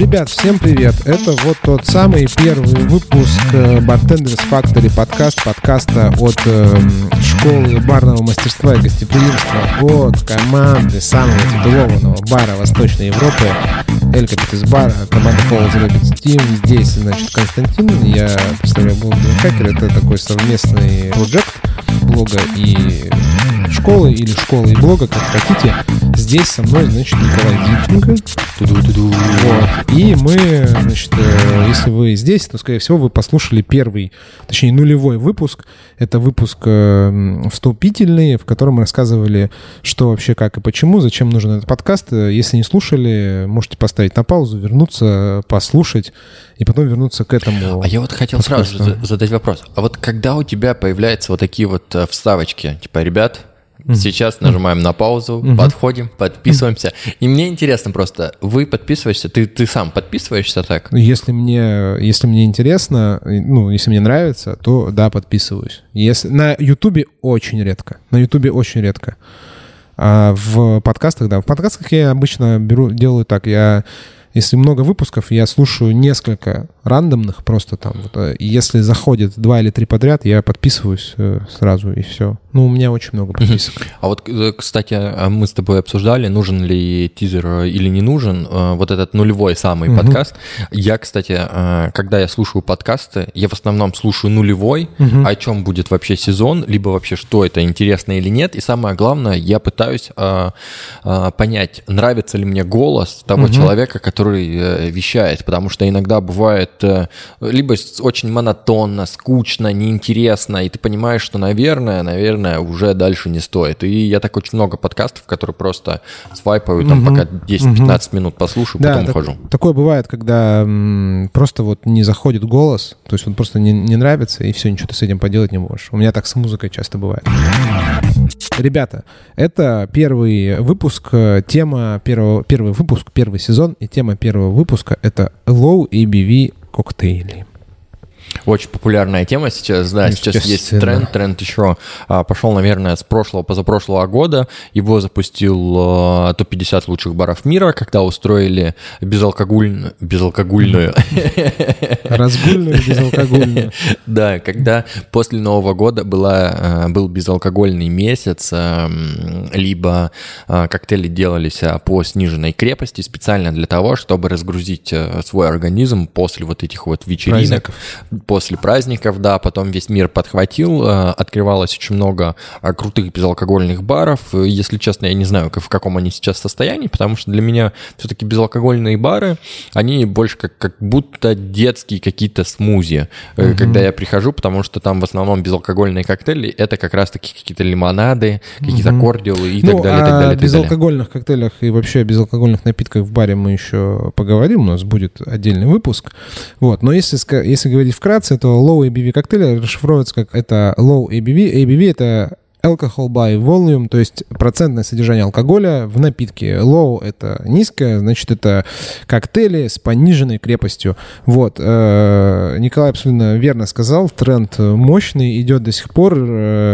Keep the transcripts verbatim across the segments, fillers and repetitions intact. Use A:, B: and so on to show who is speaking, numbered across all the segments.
A: Ребят, всем привет! Это вот тот самый первый выпуск Bartenders Factory подкаст, подкаста от э, школы барного мастерства и гостеприимства от команды самого титулованного бара Восточной Европы Эль Капитес Бар, команда Follow the Rabbits Team. Здесь, значит, Константин, я представляю блог Hacker, это такой совместный проект блога и школы, или школы и блога, как хотите. Здесь со мной, значит, Николай Дипченко. Вот. И мы, значит, если вы здесь, то, скорее всего, вы послушали первый, точнее, нулевой выпуск. Это выпуск э, вступительный, в котором мы рассказывали, что вообще, как и почему, зачем нужен этот подкаст. Если не слушали, можете поставить на паузу, вернуться, послушать, и потом вернуться к этому.
B: А я вот хотел подкасту. сразу задать вопрос. А вот когда у тебя появляются вот такие вот вставочки, типа, ребят, сейчас нажимаем на паузу, uh-huh. подходим, подписываемся. Uh-huh. И мне интересно просто, вы подписываешься, ты, ты сам подписываешься так?
A: Если мне, если мне интересно, ну, если мне нравится, то да, подписываюсь. Если, на Ютубе очень редко. На Ютубе очень редко. А в подкастах, да. В подкастах я обычно беру, делаю так, я... Если много выпусков, я слушаю несколько рандомных просто там. Вот, и если заходит два или три подряд, я подписываюсь сразу, и все. Ну, у меня очень много подписок.
B: А вот, кстати, мы с тобой обсуждали, нужен ли тизер или не нужен. Вот этот нулевой самый uh-huh. подкаст. Я, кстати, когда я слушаю подкасты, я в основном слушаю нулевой, uh-huh. о чем будет вообще сезон, либо вообще, что это, интересно или нет. И самое главное, я пытаюсь понять, нравится ли мне голос того uh-huh. человека, который который вещает, потому что иногда бывает либо очень монотонно, скучно, неинтересно, и ты понимаешь, что, наверное, наверное, уже дальше не стоит. И я так очень много подкастов, которые просто свайпаю, там, угу, пока десять-пятнадцать угу. минут послушаю, да, потом
A: так,
B: ухожу.
A: Такое бывает, когда м, просто вот не заходит голос, то есть он просто не, не нравится, и все, ничего ты с этим поделать не можешь. У меня так с музыкой часто бывает. Ребята, это первый выпуск, тема первого, первый выпуск, первый сезон, и тема первого выпуска — это Low эй би ви коктейли.
B: Очень популярная тема сейчас, да, сейчас есть тренд, тренд еще а, пошел, наверное, с прошлого, позапрошлого года. Его запустил а, топ пятьдесят лучших баров мира, когда устроили безалкогольную... безалкогольную...
A: Разгульную безалкогольную.
B: Да, когда после Нового года была, был безалкогольный месяц, либо коктейли делались по сниженной крепости специально для того, чтобы разгрузить свой организм после вот этих вот вечеринок. После праздников, да, потом весь мир подхватил, открывалось очень много крутых безалкогольных баров. Если честно, я не знаю, в каком они сейчас состоянии, потому что для меня все-таки безалкогольные бары, они больше как, как будто детские какие-то смузи, mm-hmm. когда я прихожу, потому что там в основном безалкогольные коктейли, это как раз-таки какие-то лимонады, какие-то mm-hmm. кордиалы и
A: ну,
B: так далее.
A: Ну,
B: так далее,
A: о безалкогольных далее. коктейлях и вообще о безалкогольных напитках в баре мы еще поговорим, у нас будет отдельный выпуск. Вот. Но если, если говорить вкратце, то Low эй би ви коктейли расшифровывается как это Low эй би ви. эй би ви — это alcohol by volume, то есть процентное содержание алкоголя в напитке. Low — это низкое, значит, это коктейли с пониженной крепостью. Вот. Николай абсолютно верно сказал, тренд мощный, идет до сих пор.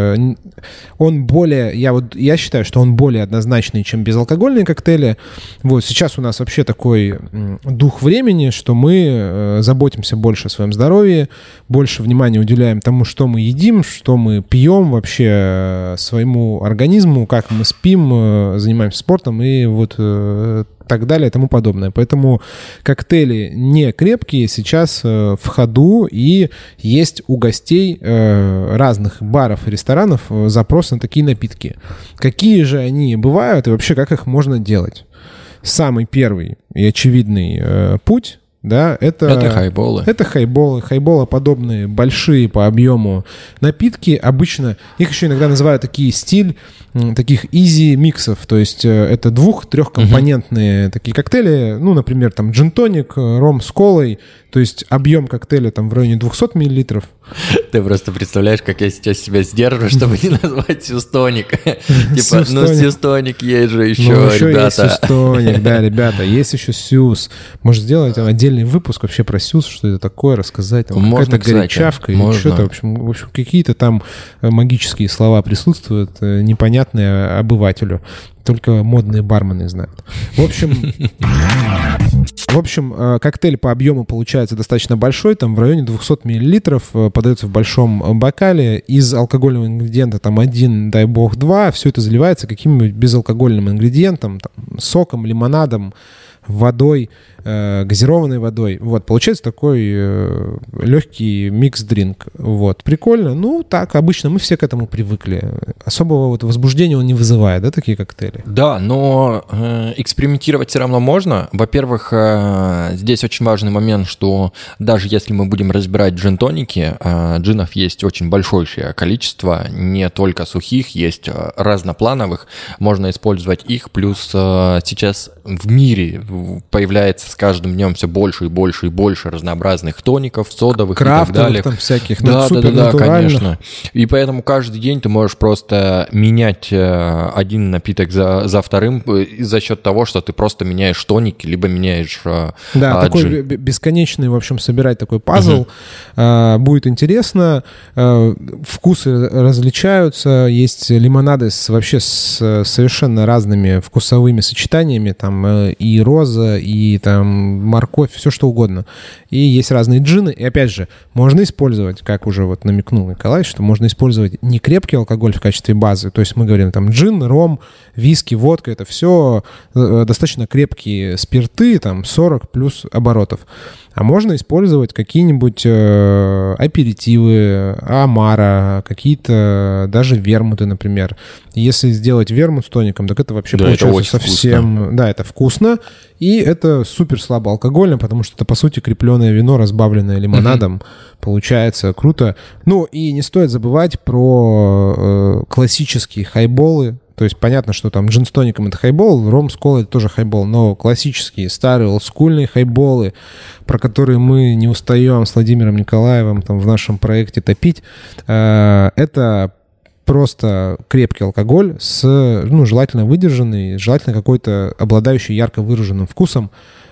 A: Он более, я вот, я считаю, что он более однозначный, чем безалкогольные коктейли. Вот. Сейчас у нас вообще такой дух времени, что мы заботимся больше о своем здоровье, больше внимания уделяем тому, что мы едим, что мы пьем вообще, своему организму, как мы спим, занимаемся спортом и вот э, так далее и тому подобное. Поэтому коктейли не крепкие сейчас э, в ходу, и есть у гостей э, разных баров и ресторанов э, запрос на такие напитки. Какие же они бывают и вообще как их можно делать? Самый первый и очевидный э, путь — да, это,
B: это хайболы.
A: Это хайболы, хайболоподобные, большие по объему напитки. Обычно их еще иногда называют такие стиль, таких изи миксов. То есть это двух-трехкомпонентные uh-huh. такие коктейли. Ну, например, там джин-тоник, ром с колой. То есть объем коктейля там в районе двести миллилитров.
B: Ты просто представляешь, как я сейчас себя сдерживаю, чтобы не назвать сюстоник. Типа, ну сюстоник есть же еще, ребята.
A: Ну еще есть сюстоник, да, ребята. Есть еще сюз. Может, сделать отдельный отдельный выпуск вообще про сюз, что это такое, рассказать. Там
B: можно,
A: какая-то горячавка или что-то. В общем, в общем, какие-то там магические слова присутствуют, непонятные обывателю. Только модные бармены знают. В общем, в общем, коктейль по объему получается достаточно большой, там в районе двести миллилитров, подается в большом бокале. Из алкогольного ингредиента там один, дай бог, два. Все это заливается каким-нибудь безалкогольным ингредиентом, там, соком, лимонадом, водой, э, газированной водой. Вот, получается такой э, легкий микс-дринк. Вот, прикольно. Ну, так, обычно мы все к этому привыкли. Особого вот возбуждения он не вызывает, да, такие коктейли?
B: Да, но э, экспериментировать все равно можно. Во-первых, э, здесь очень важный момент, что даже если мы будем разбирать джин-тоники, э, джинов есть очень большое количество, не только сухих, есть разноплановых. Можно использовать их, плюс э, сейчас в мире появляется с каждым днем все больше и больше и больше разнообразных тоников, содовых
A: крафтовых
B: и так далее.
A: Там всяких,
B: да, да, да, да, конечно. И поэтому каждый день ты можешь просто менять один напиток за, за вторым за счет того, что ты просто меняешь тоники, либо меняешь
A: Да,
B: а,
A: такой
B: джин.
A: бесконечный, в общем, собирать такой пазл. Угу. А, будет интересно. А, вкусы различаются. Есть лимонады с, вообще с совершенно разными вкусовыми сочетаниями. Там и роза, и там морковь, все что угодно. И есть разные джины. И опять же, можно использовать, как уже вот намекнул Николай, что можно использовать не крепкий алкоголь в качестве базы. То есть мы говорим там джин, ром, виски, водка. Это все достаточно крепкие спирты, там сорок плюс оборотов. А можно использовать какие-нибудь э, аперитивы, амара, какие-то даже вермуты, например. Если сделать вермут с тоником, так это вообще да, получается это совсем... Вкусно. Да, это вкусно. И это супер слабо алкогольно, потому что это, по сути, крепленное вино, разбавленное лимонадом. Mm-hmm. Получается круто. Ну, и не стоит забывать про э, классические хайболы. То есть понятно, что там джин с тоником — это хайбол, ром с колой — это тоже хайбол, но классические, старые, олдскульные хайболы, про которые мы не устаем с Владимиром Николаевым там в нашем проекте топить, э, это просто крепкий алкоголь с, ну, желательно выдержанный, желательно какой-то обладающий ярко выраженным вкусом,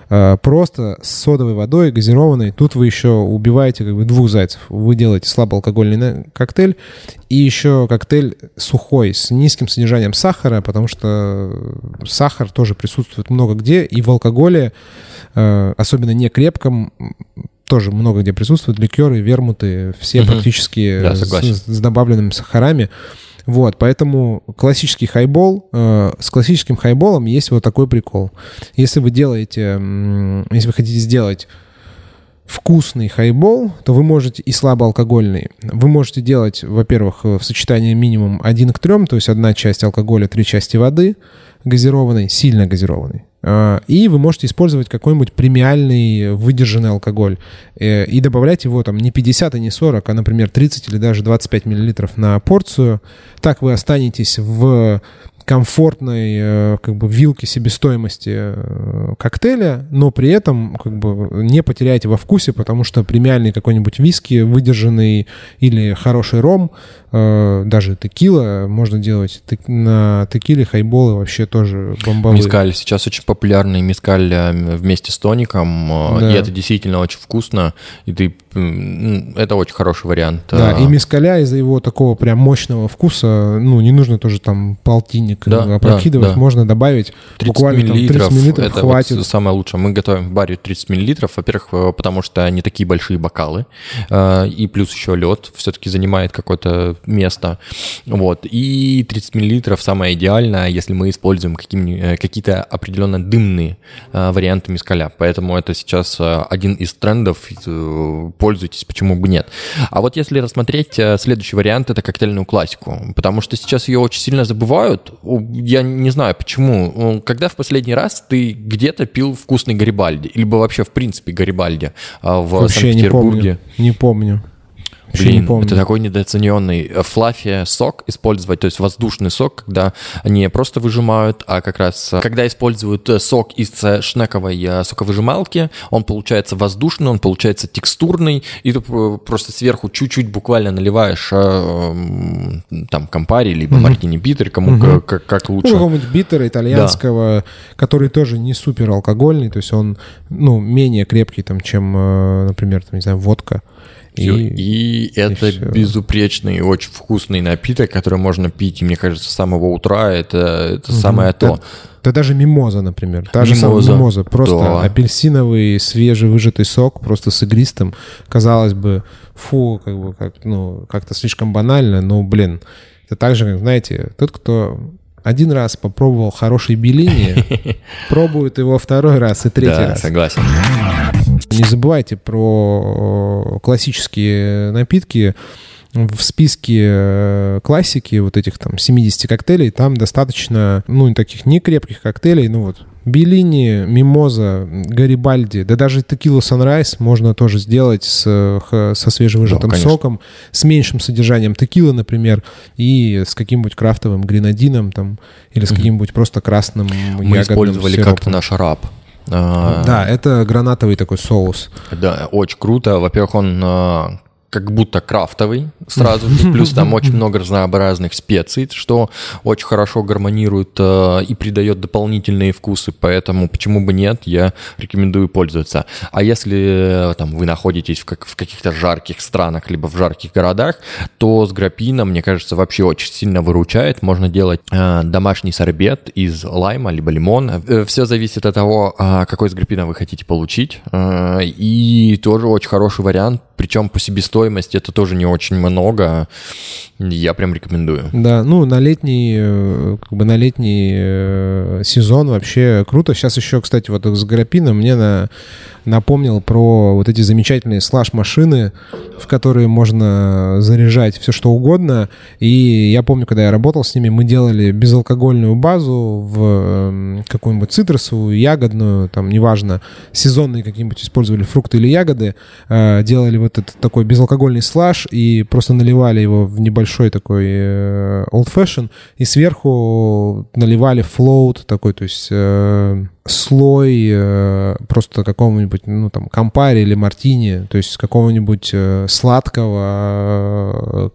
A: просто с содовой водой, газированной. Тут вы еще убиваете как бы двух зайцев. Вы делаете слабоалкогольный коктейль и еще коктейль сухой с низким содержанием сахара, потому что сахар тоже присутствует много где, и в алкоголе, особенно не крепком, тоже много где присутствуют ликеры, вермуты, все угу. практически да, с, с добавленными сахарами. Вот, поэтому классический хайбол, э, с классическим хайболом есть вот такой прикол. Если вы делаете, э, если вы хотите сделать вкусный хайбол, то вы можете и слабоалкогольный. Вы можете делать, во-первых, в сочетании минимум один к трем, то есть одна часть алкоголя, три части воды газированной, сильно газированной. И вы можете использовать какой-нибудь премиальный выдержанный алкоголь и добавлять его там не пятьдесят и не сорок, а, например, тридцать или даже двадцать пять миллилитров на порцию. Так вы останетесь в комфортной как бы вилке себестоимости коктейля, но при этом как бы не потеряете во вкусе, потому что премиальный какой-нибудь виски, выдержанный или хороший ром, даже текила, можно делать на текиле хайболы вообще тоже бомбовые.
B: Мескаль. Сейчас очень популярный мескаль вместе с тоником, да. И это действительно очень вкусно, и ты, это очень хороший вариант.
A: Да, и мескаля из-за его такого прям мощного вкуса, ну, не нужно тоже там полтинник да, опрокидывать, да, да. Можно добавить буквально
B: миллилитров,
A: там, тридцать миллилитров
B: это
A: хватит.
B: Вот самое лучшее. Мы готовим в баре тридцать миллилитров, во-первых, потому что они такие большие бокалы, и плюс еще лед все-таки занимает какое-то место. Вот. И тридцать миллилитров самое идеальное, если мы используем какие-то определенно дымные варианты мескаля. Поэтому это сейчас один из трендов. Пользуйтесь, почему бы нет. А вот если рассмотреть следующий вариант, это коктейльную классику, потому что сейчас ее очень сильно забывают. Я не знаю, почему. Когда в последний раз ты где-то пил вкусный Гарибальди? Либо вообще, в принципе, Гарибальди в
A: вообще
B: Санкт-Петербурге?
A: Не помню. Не помню.
B: Блин, не помню. Это такой недооцененный флаффи сок использовать, то есть воздушный сок, когда не просто выжимают, а как раз когда используют сок из шнековой соковыжималки, он получается воздушный, он получается текстурный, и ты просто сверху чуть-чуть буквально наливаешь там кампари, либо мартини битер, кому угу. как, как лучше.
A: Ну, какого-нибудь битера итальянского, да. который тоже не супер алкогольный, то есть он ну, менее крепкий, там, чем, например, там, не знаю, водка.
B: И, и это и безупречный, очень вкусный напиток, который можно пить, и мне кажется, с самого утра это, это угу. самое то.
A: Да, да даже мимоза, например. Та мимоза. же самая мимоза. Просто да. апельсиновый, свежевыжатый сок, просто с игристым. Казалось бы, фу, как бы, как, ну, как-то слишком банально, но, блин, это так же, как, знаете, тот, кто один раз попробовал хороший беллини, пробует его второй раз и третий раз.
B: Да, согласен.
A: Не забывайте про классические напитки. В списке классики вот этих там семидесяти коктейлей там достаточно, ну, таких не крепких коктейлей, ну вот беллини, мимоза, гарибальди, да даже текила Sunrise можно тоже сделать с, со свежевыжатым да, соком, с меньшим содержанием текилы, например, и с каким-нибудь крафтовым гренадином там, или с каким-нибудь mm-hmm. просто красным Мы ягодным
B: использовали сиропом. Как-то наш раб.
A: Да, это гранатовый такой соус.
B: Да, очень круто. Во-первых, он как будто крафтовый сразу же, плюс там очень много разнообразных специй, что очень хорошо гармонирует э, и придает дополнительные вкусы, поэтому почему бы нет, я рекомендую пользоваться. А если э, там вы находитесь в, как, в каких-то жарких странах, либо в жарких городах, то с граппином, мне кажется, вообще очень сильно выручает. Можно делать э, домашний сорбет из лайма, либо лимона. Э, все зависит от того, э, какой с граппина вы хотите получить, э, и тоже очень хороший вариант, причем по себестоимости это тоже не очень много. Я прям рекомендую.
A: Да, ну на летний, как бы на летний сезон вообще круто. Сейчас еще, кстати, вот с граппином мне на, напомнил про вот эти замечательные слэш-машины, в которые можно заряжать все что угодно. И я помню, когда я работал с ними, мы делали безалкогольную базу в какую-нибудь цитрусовую, ягодную, там, неважно, сезонные какие-нибудь использовали фрукты или ягоды, делали вот этот такой безалкогольный слэш и просто наливали его в небольшой такой old fashion и сверху наливали float такой, то есть э, слой э, просто какого-нибудь, ну там, кампари или мартини, то есть какого-нибудь э, сладкого, э,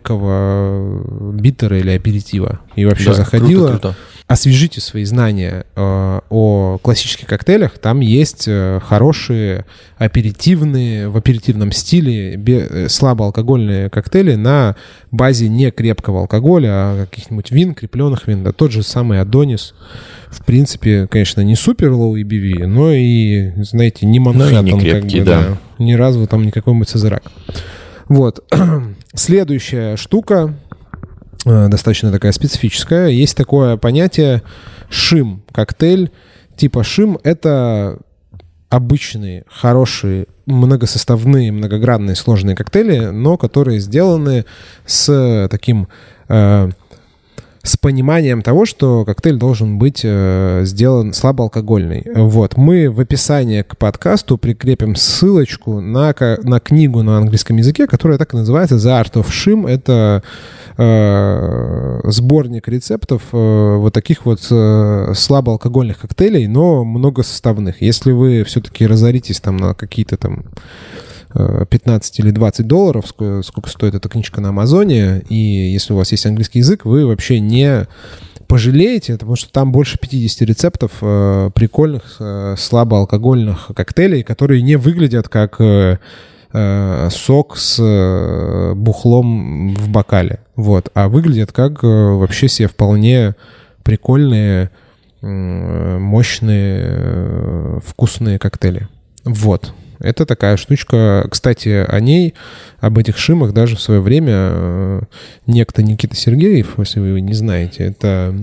A: горького битера или аперитива. И вообще да, заходило. Круто, круто. Освежите свои знания э, о классических коктейлях. Там есть э, хорошие аперитивные, в аперитивном стиле бе, слабоалкогольные коктейли на базе не крепкого алкоголя, а каких-нибудь вин, крепленных вин. Да, тот же самый Адонис. В принципе, конечно, не супер low и би ви, но и, знаете, не Манхэттен,
B: не крепкий,
A: как бы,
B: да.
A: да. Ни разу там не какой-нибудь Сазерак. Вот. Следующая штука, достаточно такая специфическая. Есть такое понятие шим, коктейль. Типа шим — это обычные, хорошие, многосоставные, многогранные, сложные коктейли, но которые сделаны с таким... Э, с пониманием того, что коктейль должен быть э, сделан слабоалкогольный. Вот. Мы в описании к подкасту прикрепим ссылочку на, на книгу на английском языке, которая так и называется «The Art of Shim». Это э, сборник рецептов э, вот таких вот э, слабоалкогольных коктейлей, но многосоставных. Если вы все-таки разоритесь там на какие-то там пятнадцать или двадцать долларов, сколько, сколько стоит эта книжка на Амазоне, и если у вас есть английский язык, вы вообще не пожалеете, потому что там больше пятьдесят рецептов э, прикольных э, слабоалкогольных коктейлей, которые не выглядят как э, э, сок с э, бухлом в бокале, вот, а выглядят как э, вообще себе вполне прикольные, э, мощные, э, вкусные коктейли. Вот. Это такая штучка. Кстати, о ней, об этих шимах даже в свое время э, некто Никита Сергеев, если вы его не знаете, это...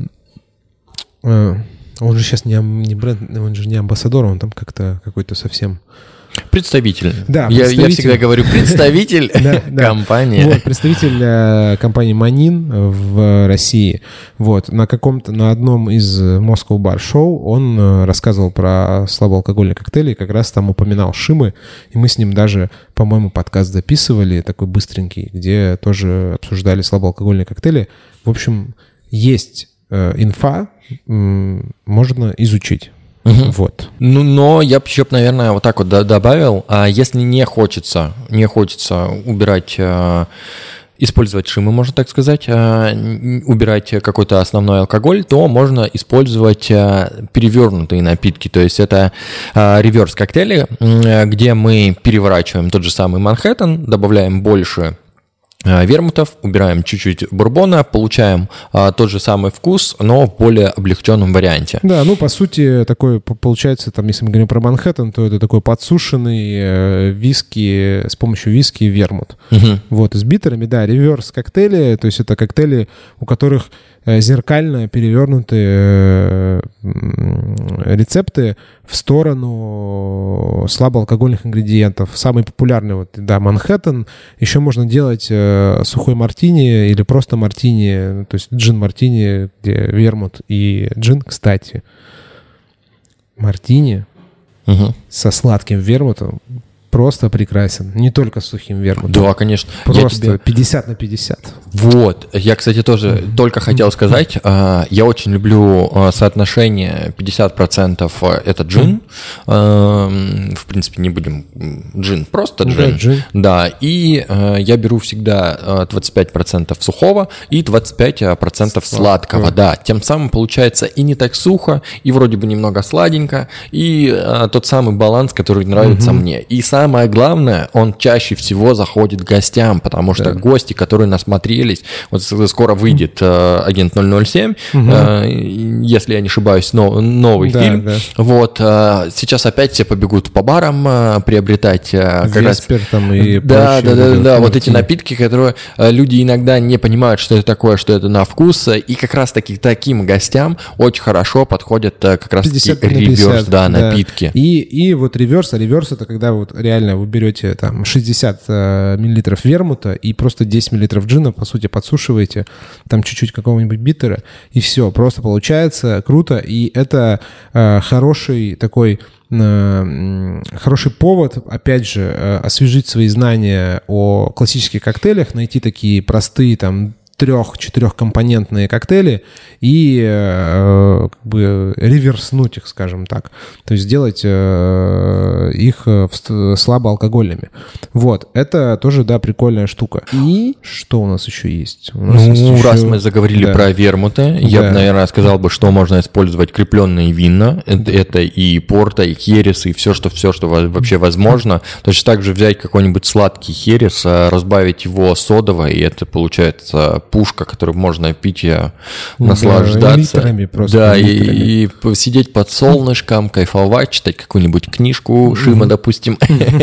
A: Э, он же сейчас не, не бренд, он же не амбассадор, он там как-то какой-то совсем...
B: В Представитель.
A: Да,
B: я,
A: представитель.
B: я всегда говорю представитель компании.
A: Вот, представитель компании Манин в России. Вот, на каком-то, на одном из Moscow Bar Show он рассказывал про слабоалкогольные коктейли, как раз там упоминал Шимы, и мы с ним даже, по-моему, подкаст записывали, такой быстренький, где тоже обсуждали слабоалкогольные коктейли. В общем, есть э, инфа, м- можно изучить. Угу. Вот.
B: Ну, но я бы еще, наверное, вот так вот добавил, а если не хочется, не хочется убирать... Э, использовать шимы, можно так сказать, убирать какой-то основной алкоголь, то можно использовать перевернутые напитки. То есть это реверс-коктейли, где мы переворачиваем тот же самый Манхэттен, добавляем больше вермутов, убираем чуть-чуть бурбона, получаем а, тот же самый вкус, но в более облегченном варианте.
A: Да, ну, по сути, такой, получается, там, если мы говорим про Манхэттен, то это такой подсушенный э, виски, с помощью виски и вермут. Угу. Вот, с битерами, да, реверс-коктейли, то есть это коктейли, у которых зеркально перевернутые рецепты в сторону слабоалкогольных ингредиентов. Самый популярный, вот, да, Манхэттен. Еще можно делать сухой мартини или просто мартини, то есть джин-мартини, где вермут и джин. Кстати, мартини угу. со сладким вермутом просто прекрасен. Не только с сухим вермутом.
B: Да, конечно.
A: Просто тебе... пятьдесят на пятьдесят.
B: Вот. Я, кстати, тоже mm-hmm. только хотел сказать, я очень люблю соотношение пятьдесят процентов это джин. Mm-hmm. В принципе, не будем джин, просто джин. Да, джин. Да, и я беру всегда двадцать пять процентов сухого и двадцать пять процентов сладкого. сладкого. Да, тем самым получается и не так сухо, и вроде бы немного сладенько, и тот самый баланс, который нравится mm-hmm. мне. И самое главное, он чаще всего заходит к гостям, потому что да. гости, которые насмотрелись, вот скоро выйдет э, «Агент ноль ноль семь», угу. э, если я не ошибаюсь, но, новый да, фильм. Да. Вот, э, сейчас опять все побегут по барам э, приобретать э, как
A: Веспер,
B: раз...
A: там и
B: да, да, да, да, да, вот эти напитки, которые э, люди иногда не понимают, что это такое, что это на вкус, и как раз таки таким гостям очень хорошо подходят э, как раз таки реверс, да, да, напитки.
A: И, и вот реверс, а реверс это когда вот реально вы берете там шестьдесят э, миллилитров вермута и просто десять миллилитров джина, по сути, подсушиваете, там чуть-чуть какого-нибудь битера, и все, просто получается круто, и это э, хороший такой, э, хороший повод, опять же, э, освежить свои знания о классических коктейлях, найти такие простые там трех-четырехкомпонентные коктейли и э, как бы реверснуть их, скажем так. То есть сделать э, их слабоалкогольными. Вот. Это тоже, да, прикольная штука. И что у нас еще есть? У нас
B: ну,
A: есть еще...
B: раз мы заговорили да. про вермуты, да. я бы, наверное, сказал бы, что можно использовать крепленные вина. Это, это и порто, и херес, и все, что, все, что вообще возможно. Точно так же взять какой-нибудь сладкий херес, разбавить его содовой, и это получается пушка, которую можно пить и наслаждаться.
A: Литрами просто.
B: Да, и, и сидеть под солнышком, кайфовать, читать какую-нибудь книжку Шима, допустим.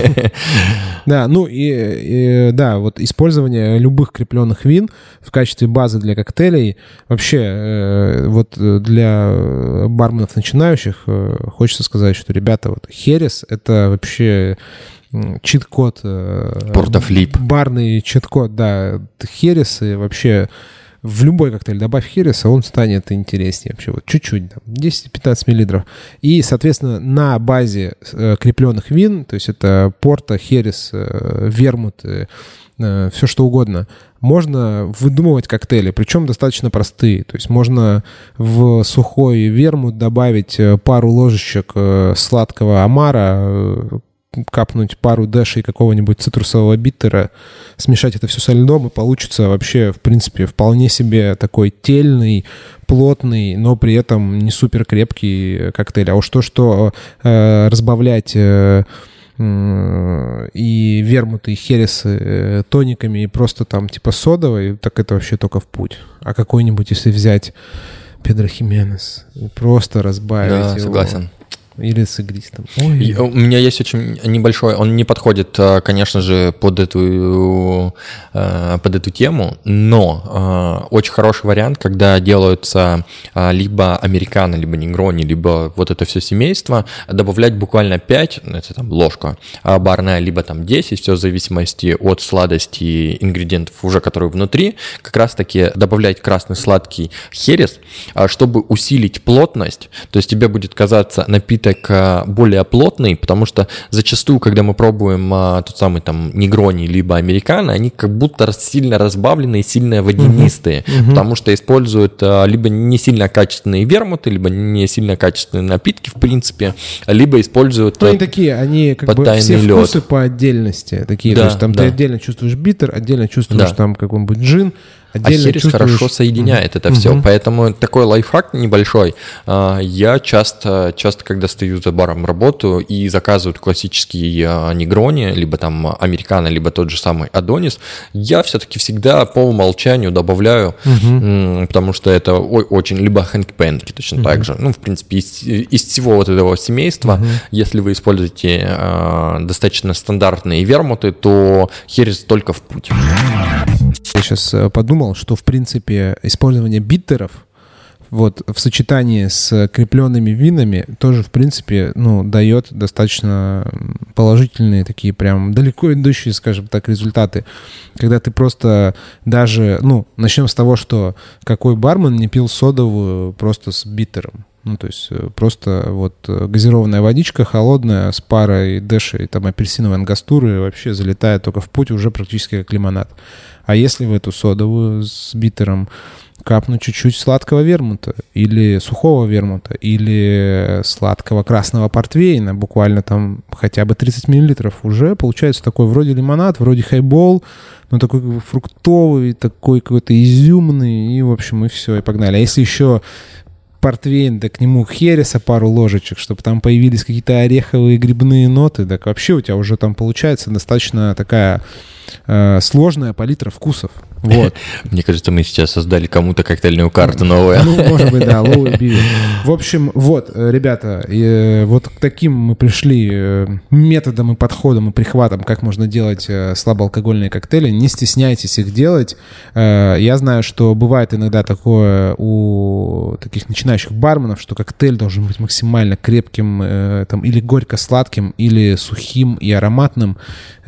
A: Да, ну и, и да, вот использование любых крепленных вин в качестве базы для коктейлей. Вообще, э, вот для барменов начинающих э, хочется сказать, что, ребята, вот херес — это вообще... чит-код.
B: Портофлип.
A: Барный чит-код, да. Хересы вообще... В любой коктейль добавь хереса, он станет интереснее вообще. Вот чуть-чуть, там, десять-пятнадцать миллилитров. И, соответственно, на базе э, крепленных вин, то есть это порто, херес, э, вермут, э, э, все что угодно, можно выдумывать коктейли, причем достаточно простые. То есть можно в сухой вермут добавить пару ложечек э, сладкого омара, э, капнуть пару дэшей какого-нибудь цитрусового биттера, смешать это все со льдом, и получится вообще, в принципе, вполне себе такой тельный, плотный, но при этом не супер крепкий коктейль. А уж то, что э, разбавлять э, э, и вермуты, и хересы э, тониками, и просто там типа содовой, так это вообще только в путь. А какой-нибудь, если взять Педро Хименес, просто разбавить
B: да,
A: его.
B: Согласен.
A: Или с игристым.
B: Ой. У меня есть очень небольшой, он не подходит, конечно же, под эту, под эту тему, но очень хороший вариант, когда делаются либо американо, либо негрони, либо вот это все семейство, добавлять буквально пять, это там ложка барная, либо там десять, все в зависимости от сладости ингредиентов уже, которые внутри, как раз-таки добавлять красный сладкий херес, чтобы усилить плотность, то есть тебе будет казаться напиток более плотный, потому что зачастую, когда мы пробуем а, тот самый там негрони либо американо, они как будто сильно разбавленные, сильно водянистые, uh-huh. потому что используют а, либо не сильно качественные вермуты, либо не сильно качественные напитки, в принципе, либо используют
A: ну, они такие, они как бы все
B: лед.
A: Вкусы по отдельности, такие,
B: да,
A: то есть там
B: да.
A: ты отдельно чувствуешь биттер, отдельно чувствуешь да. там какой-нибудь джин,
B: а херес чувствуешь... хорошо соединяет mm-hmm. это все, mm-hmm. поэтому такой лайфхак небольшой. Я часто, часто, когда стою за баром, работаю и заказывают классические негрони, либо там американо, либо тот же самый адонис, я все-таки всегда по умолчанию добавляю, mm-hmm. потому что это очень, либо хэнк-пенки точно mm-hmm. так же. Ну, в принципе, из, из всего вот этого семейства, mm-hmm. если вы используете э, достаточно стандартные вермуты, то херес только в путь.
A: Я сейчас подумал, что, в принципе, использование биттеров вот, в сочетании с крепленными винами тоже, в принципе, ну, дает достаточно положительные такие прям далеко идущие, скажем так, результаты. Когда ты просто даже, ну, начнем с того, что какой бармен не пил содовую просто с биттером. Ну, то есть просто вот газированная водичка холодная с парой дэшей, там, апельсиновой ангастуры вообще залетает только в путь уже практически как лимонад. А если в эту содовую с биттером капнуть чуть-чуть сладкого вермута или сухого вермута или сладкого красного портвейна, буквально там хотя бы тридцать миллилитров, уже получается такой вроде лимонад, вроде хайбол, но такой фруктовый, такой какой-то изюмный, и, в общем, и все, и погнали. А если еще портвейн, да к нему хереса пару ложечек, чтобы там появились какие-то ореховые грибные ноты, так вообще у тебя уже там получается достаточно такая э, сложная палитра вкусов. Вот.
B: Мне кажется, мы сейчас создали кому-то коктейльную карту новую.
A: Ну, может быть, да, low эй би ви. В общем, вот, ребята, вот к таким мы пришли методом и подходом и прихватом, как можно делать слабоалкогольные коктейли. Не стесняйтесь их делать. Я знаю, что бывает иногда такое у таких начинающих барменов, что коктейль должен быть максимально крепким, там, или горько-сладким, или сухим и ароматным.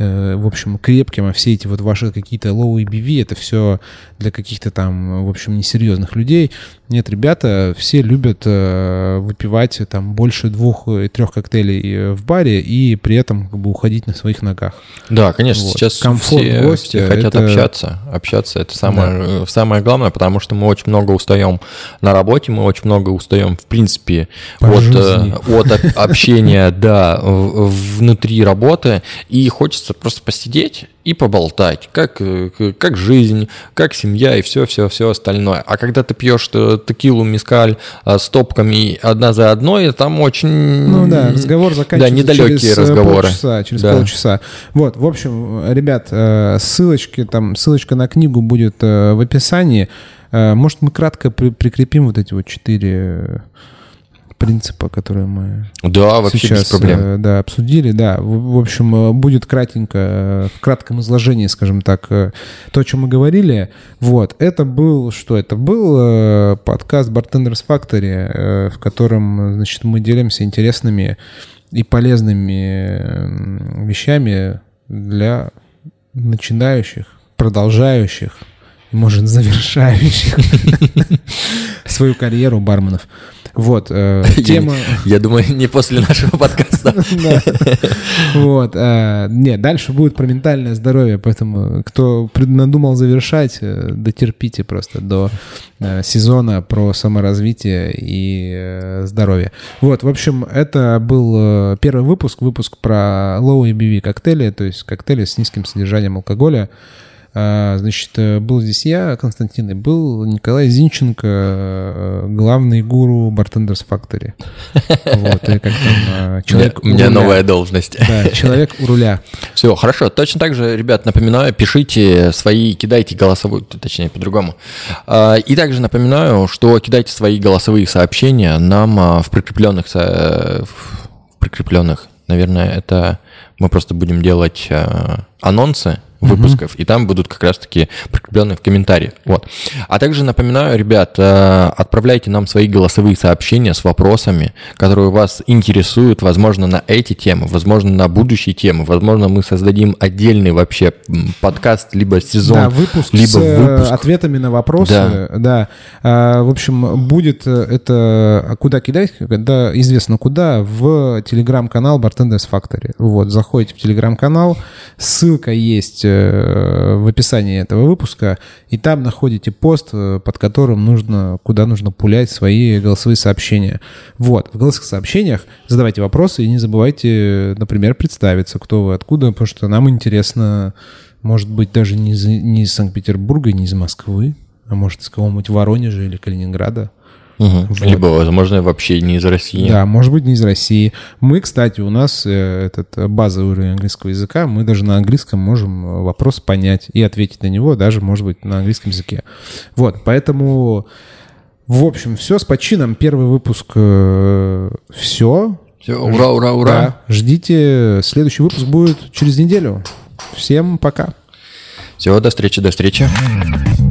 A: В общем, крепким, а все эти вот ваши какие-то low эй би ви — это все для каких-то там, в общем, несерьезных людей. Нет, ребята все любят э, выпивать там больше двух и трех коктейлей в баре и при этом как бы уходить на своих ногах.
B: Да, конечно, вот. Сейчас комфорт все, гостя, все хотят это... общаться. Общаться — это самое, да. самое главное, потому что мы очень много устаем на работе, мы очень много устаем, в принципе, от, от общения, да, внутри работы, и хочется просто посидеть и поболтать, как, как жизнь, как семья и все-все-все остальное. А когда ты пьешь текилу, мескаль с топками одна за одной, там очень...
A: Ну да, разговор заканчивается
B: да, недалекие
A: через
B: разговоры.
A: полчаса. Через
B: да.
A: полчаса. Вот, в общем, ребят, ссылочки, там, ссылочка на книгу будет в описании. Может, мы кратко при- прикрепим вот эти вот четыре... принципа, которые мы
B: да, вообще
A: сейчас
B: без проблем.
A: Да, обсудили. Да, в, в общем, будет кратенько, в кратком изложении, скажем так, то, о чем мы говорили. Вот, это был, что это был подкаст Bartenders Factory, в котором, значит, мы делимся интересными и полезными вещами для начинающих, продолжающих, может, завершающих свою карьеру барменов. Вот, э, тема...
B: Я, я думаю, не после нашего подкаста.
A: Вот. Нет, дальше будет про ментальное здоровье, поэтому кто надумал завершать, дотерпите просто до сезона про саморазвитие и здоровье. Вот, в общем, это был первый выпуск, выпуск про low эй би ви коктейли, то есть коктейли с низким содержанием алкоголя. Значит, был здесь я, Константин, и был Николай Зинченко, главный гуру Bartenders Factory. Вот, и как там человек
B: у меня новая должность.
A: Да, человек у руля.
B: Все, хорошо. Точно так же, ребят, напоминаю, пишите свои, кидайте голосовые, точнее, по-другому. И также напоминаю, что кидайте свои голосовые сообщения нам в прикрепленных, в прикрепленных, наверное, это мы просто будем делать анонсы выпусков, uh-huh. и там будут как раз-таки прикрепленные в комментариях. Вот. А также напоминаю, ребят, отправляйте нам свои голосовые сообщения с вопросами, которые вас интересуют, возможно, на эти темы, возможно, на будущие темы, возможно, мы создадим отдельный вообще подкаст, либо сезон,
A: да, выпуск
B: либо
A: с
B: выпуск.
A: Ответами на вопросы. Да. да. А, в общем, будет это куда кидать, когда известно куда, в телеграм-канал Bartenders Factory. Вот, заходите в телеграм-канал, ссылка есть в описании этого выпуска, и там находите пост, под которым нужно, куда нужно пулять свои голосовые сообщения. Вот, в голосовых сообщениях задавайте вопросы и не забывайте, например, представиться, кто вы, откуда, потому что нам интересно, может быть, даже не из, не из Санкт-Петербурга, не из Москвы, а может, из какого-нибудь Воронежа или Калининграда.
B: Угу. Вот. Либо, возможно, вообще не из России.
A: Да, может быть, не из России. Мы, кстати, у нас э, этот базовый уровень английского языка, мы даже на английском можем вопрос понять и ответить на него даже, может быть, на английском языке. Вот, поэтому, в общем, все с почином. Первый выпуск э, все.
B: Все, ура, ура, ура.
A: Да, ждите, следующий выпуск будет через неделю. Всем пока.
B: Всего, до встречи, до встречи.